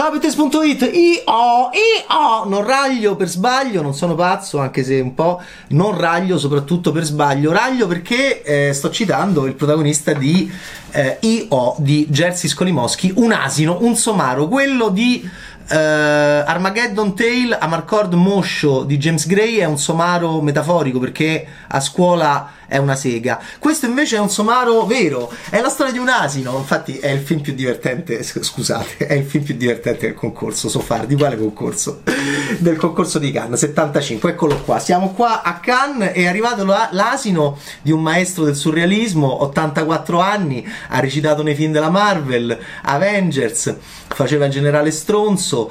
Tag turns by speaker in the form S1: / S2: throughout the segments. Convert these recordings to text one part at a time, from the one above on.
S1: Ciao Bettes.it, io non raglio per sbaglio, non sono pazzo, anche se un po', non raglio soprattutto per sbaglio, raglio perché sto citando il protagonista di I.O. di Jerzy Skolimowski, un asino, un somaro, quello di Armageddon Tale, Amarcord Moscio di James Gray è un somaro metaforico perché a scuola è una sega. Questo invece è un somaro vero, è la storia di un asino. Infatti è il film più divertente, scusate, è il film più divertente del concorso. So fare di quale concorso? Del concorso di Cannes 75. Eccolo qua, siamo qua a Cannes, è arrivato l'asino di un maestro del surrealismo, 84 anni, ha recitato nei film della Marvel, Avengers, faceva il generale stronzo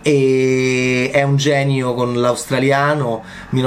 S1: e è un genio con l'australiano,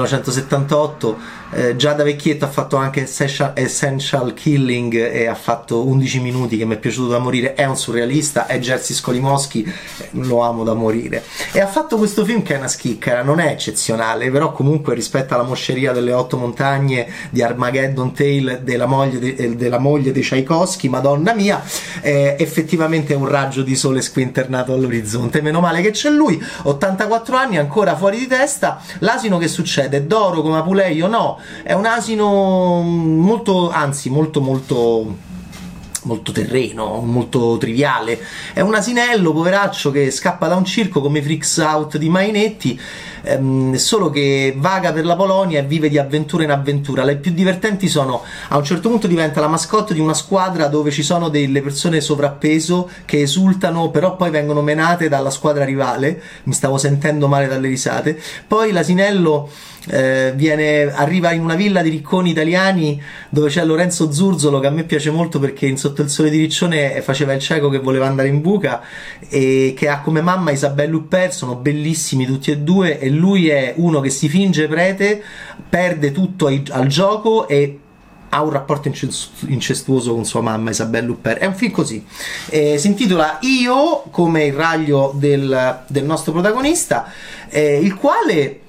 S1: 1978. Già da vecchietto ha fatto anche Essential Killing e ha fatto 11 minuti che mi è piaciuto da morire. È un surrealista, è Jerzy Skolimowski, lo amo da morire, e ha fatto questo film che è una schicca, non è eccezionale, però comunque rispetto alla mosceria delle 8 montagne di Armageddon Tale della moglie di Tchaikovsky, madonna mia, effettivamente è un raggio di sole squinternato all'orizzonte. Meno male che c'è lui, 84 anni, ancora fuori di testa. L'asino che succede? D'oro come Apuleio? No, è un asino molto, anzi molto terreno, molto triviale. È un asinello poveraccio che scappa da un circo come Freaks Out di Mainetti, solo che vaga per la Polonia e vive di avventura in avventura. Le più divertenti sono, a un certo punto diventa la mascotte di una squadra dove ci sono delle persone sovrappeso che esultano, però poi vengono menate dalla squadra rivale. Mi stavo sentendo male dalle risate. Poi l'asinello arriva in una villa di ricconi italiani dove c'è Lorenzo Zurzolo, che a me piace molto perché in Sotto il sole di Riccione faceva il cieco che voleva andare in buca, e che ha come mamma Isabelle Huppert. Sono bellissimi tutti e due, e lui è uno che si finge prete, perde tutto al gioco e ha un rapporto incestuoso con sua mamma Isabelle Huppert. È un film così, si intitola Io, come il raglio del nostro protagonista, il quale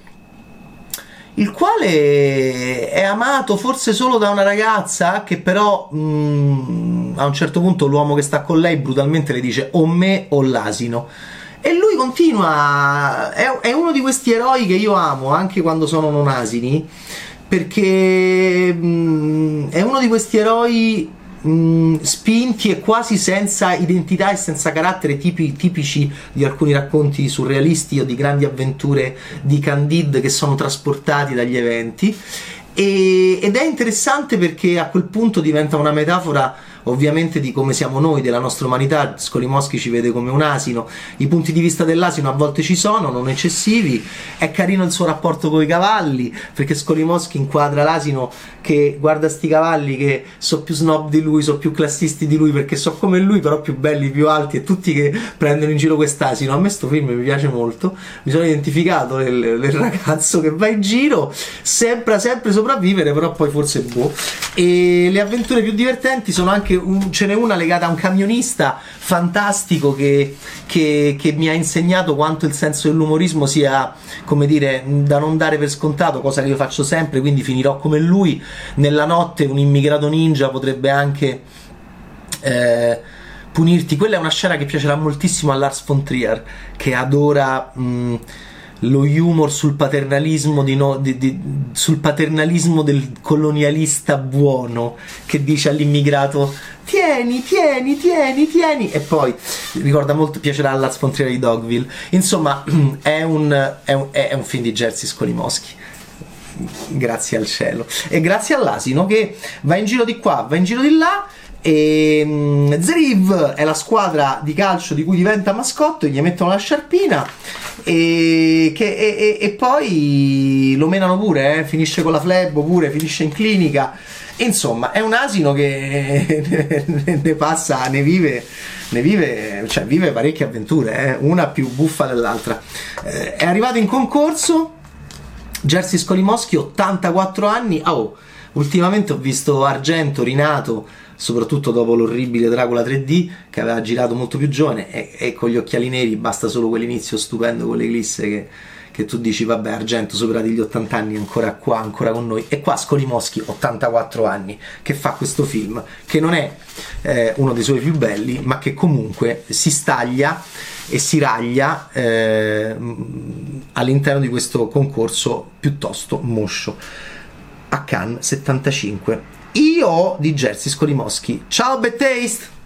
S1: è amato forse solo da una ragazza che però a un certo punto l'uomo che sta con lei brutalmente le dice o me o l'asino, e lui continua. È uno di questi eroi che io amo anche quando sono non asini, perché è uno di questi eroi spinti e quasi senza identità e senza carattere, tipici di alcuni racconti surrealisti o di grandi avventure di Candide che sono trasportati dagli eventi, ed è interessante perché a quel punto diventa una metafora ovviamente di come siamo noi, della nostra umanità. Skolimowski ci vede come un asino, i punti di vista dell'asino a volte ci sono, non eccessivi. È carino il suo rapporto con i cavalli, perché Skolimowski inquadra l'asino che guarda sti cavalli che so più snob di lui, so più classisti di lui perché so come lui, però più belli, più alti, e tutti che prendono in giro quest'asino. A me sto film mi piace molto, mi sono identificato nel ragazzo che va in giro, sempre sopravvivere, però poi forse boh. E le avventure più divertenti sono anche ce n'è una legata a un camionista fantastico che mi ha insegnato quanto il senso dell'umorismo sia, come dire, da non dare per scontato, cosa che io faccio sempre, quindi finirò come lui. Nella notte un immigrato ninja potrebbe anche punirti. Quella è una scena che piacerà moltissimo a Lars von Trier, che adora lo humor sul paternalismo sul paternalismo del colonialista buono che dice all'immigrato tieni, e poi ricorda molto, piacerà a Lars von Trier di Dogville. Insomma, è un film di Jerzy Skolimowski, grazie al cielo, e grazie all'asino che va in giro di qua, va in giro di là. E Zriv è la squadra di calcio di cui diventa mascotte, gli mettono la sciarpina e poi lo menano pure, finisce con la flebo pure, finisce in clinica. Insomma, è un asino che ne vive, cioè vive parecchie avventure, una più buffa dell'altra. È arrivato in concorso Jerzy Skolimowski, 84 anni. Ultimamente ho visto Argento rinato, soprattutto dopo l'orribile Dracula 3D che aveva girato molto più giovane, e con gli occhiali neri, basta solo quell'inizio stupendo con le glisse che che tu dici vabbè, Argento superati gli 80 anni ancora qua, ancora con noi, e qua Scorimoschi 84 anni che fa questo film che non è uno dei suoi più belli, ma che comunque si staglia e si raglia all'interno di questo concorso piuttosto moscio. A Cannes 75. Io di Jerzy Skolimowski. Ciao Bad Taste!